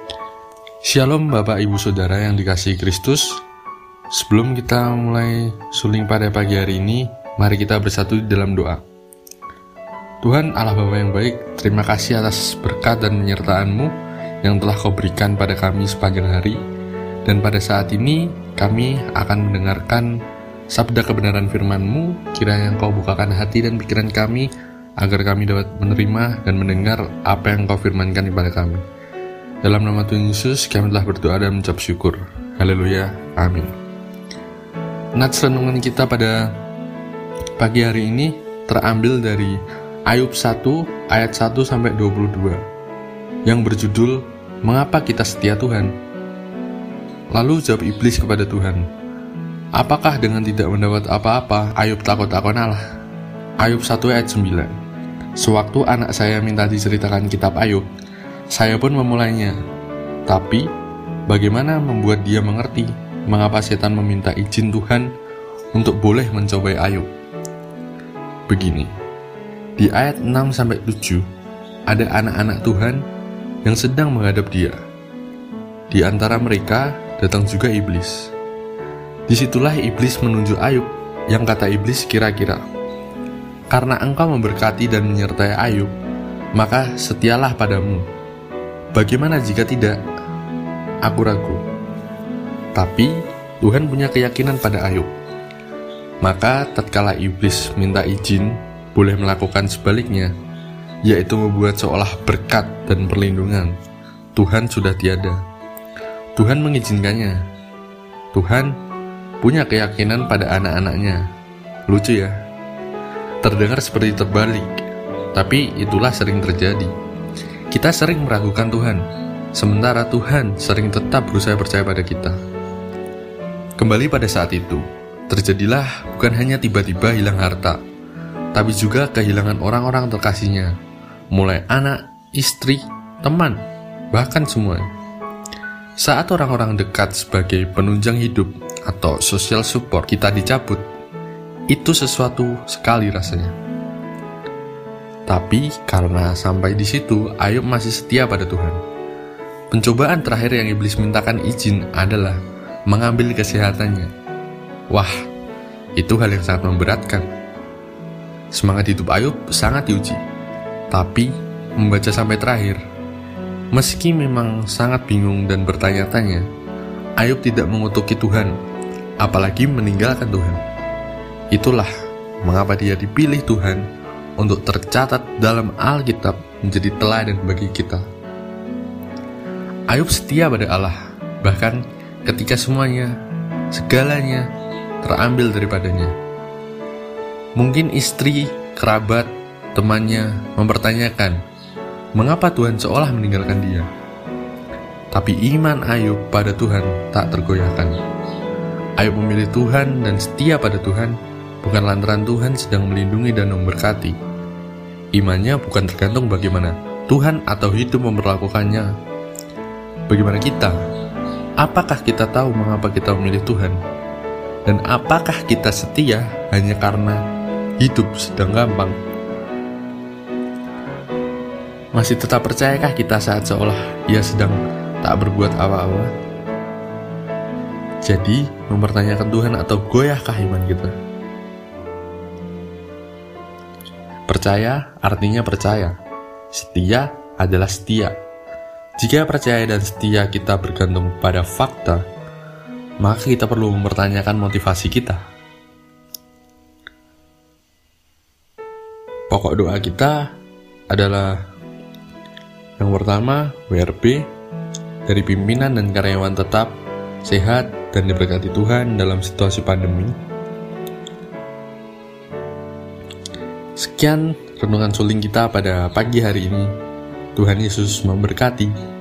Shalom Bapak Ibu Saudara yang dikasihi Kristus. Sebelum kita mulai suling pada pagi hari ini, mari kita bersatu di dalam doa. Tuhan Allah Bapa yang baik, terima kasih atas berkat dan penyertaan-Mu yang telah Kau berikan pada kami sepanjang hari. Dan pada saat ini kami akan mendengarkan sabda kebenaran firman-Mu. Kiranya Kau bukakan hati dan pikiran kami agar kami dapat menerima dan mendengar apa yang Kau firmankan kepada kami. Dalam nama Tuhan Yesus kami telah berdoa dan mengucap syukur. Haleluya, amin. Nats renungan kita pada pagi hari ini terambil dari Ayub 1 ayat 1 sampai 22 yang berjudul Mengapa Kita Setia Tuhan? Lalu jawab iblis kepada Tuhan, apakah dengan tidak mendapat apa-apa Ayub takut akan Allah? Ayub 1 ayat 9. Sewaktu anak saya minta diceritakan kitab Ayub, saya pun memulainya. Tapi, bagaimana membuat dia mengerti mengapa setan meminta izin Tuhan untuk boleh mencobai Ayub? Begini, di ayat 6-7 ada anak-anak Tuhan yang sedang menghadap dia. Di antara mereka datang juga iblis. Disitulah iblis menunjuk Ayub, yang kata iblis kira-kira, karena engkau memberkati dan menyertai Ayub, maka setialah padamu. Bagaimana jika tidak? Aku ragu. Tapi Tuhan punya keyakinan pada Ayub. Maka tatkala iblis minta izin, boleh melakukan sebaliknya, yaitu membuat seolah berkat dan perlindungan Tuhan sudah tiada. Tuhan mengizinkannya. Tuhan punya keyakinan pada anak-anaknya. Lucu ya? Terdengar seperti terbalik, tapi itulah sering terjadi. Kita sering meragukan Tuhan, sementara Tuhan sering tetap berusaha percaya pada kita. Kembali pada saat itu, terjadilah bukan hanya tiba-tiba hilang harta, tapi juga kehilangan orang-orang terkasihnya, mulai anak, istri, teman, bahkan semua. Saat orang-orang dekat sebagai penunjang hidup atau social support kita dicabut, itu sesuatu sekali rasanya. Tapi karena sampai di situ Ayub masih setia pada Tuhan. Pencobaan terakhir yang iblis mintakan izin adalah mengambil kesehatannya. Wah, itu hal yang sangat memberatkan. Semangat hidup Ayub sangat diuji. Tapi membaca sampai terakhir, meski memang sangat bingung dan bertanya-tanya, Ayub tidak mengutuki Tuhan, apalagi meninggalkan Tuhan. Itulah mengapa dia dipilih Tuhan untuk tercatat dalam Alkitab menjadi teladan bagi kita. Ayub setia pada Allah, bahkan ketika semuanya, segalanya terambil daripadanya. Mungkin istri, kerabat, temannya mempertanyakan, mengapa Tuhan seolah meninggalkan dia? Tapi iman Ayub pada Tuhan tak tergoyahkan. Ayub memilih Tuhan dan setia pada Tuhan, bukan lantaran Tuhan sedang melindungi dan memberkati. Imannya bukan tergantung bagaimana Tuhan atau hidup memperlakukannya. Bagaimana kita? Apakah kita tahu mengapa kita memilih Tuhan? Dan apakah kita setia hanya karena hidup sedang gampang? Masih tetap percayakah kita saat seolah ia sedang tak berbuat apa-apa? Jadi, mempertanyakan Tuhan atau goyahkah iman kita? Percaya artinya percaya. Setia adalah setia. Jika percaya dan setia kita bergantung pada fakta, maka kita perlu mempertanyakan motivasi kita. Pokok doa kita adalah yang pertama, WRP, dari pimpinan dan karyawan tetap sehat dan diberkati Tuhan dalam situasi pandemi. Sekian renungan suling kita pada pagi hari ini. Tuhan Yesus memberkati.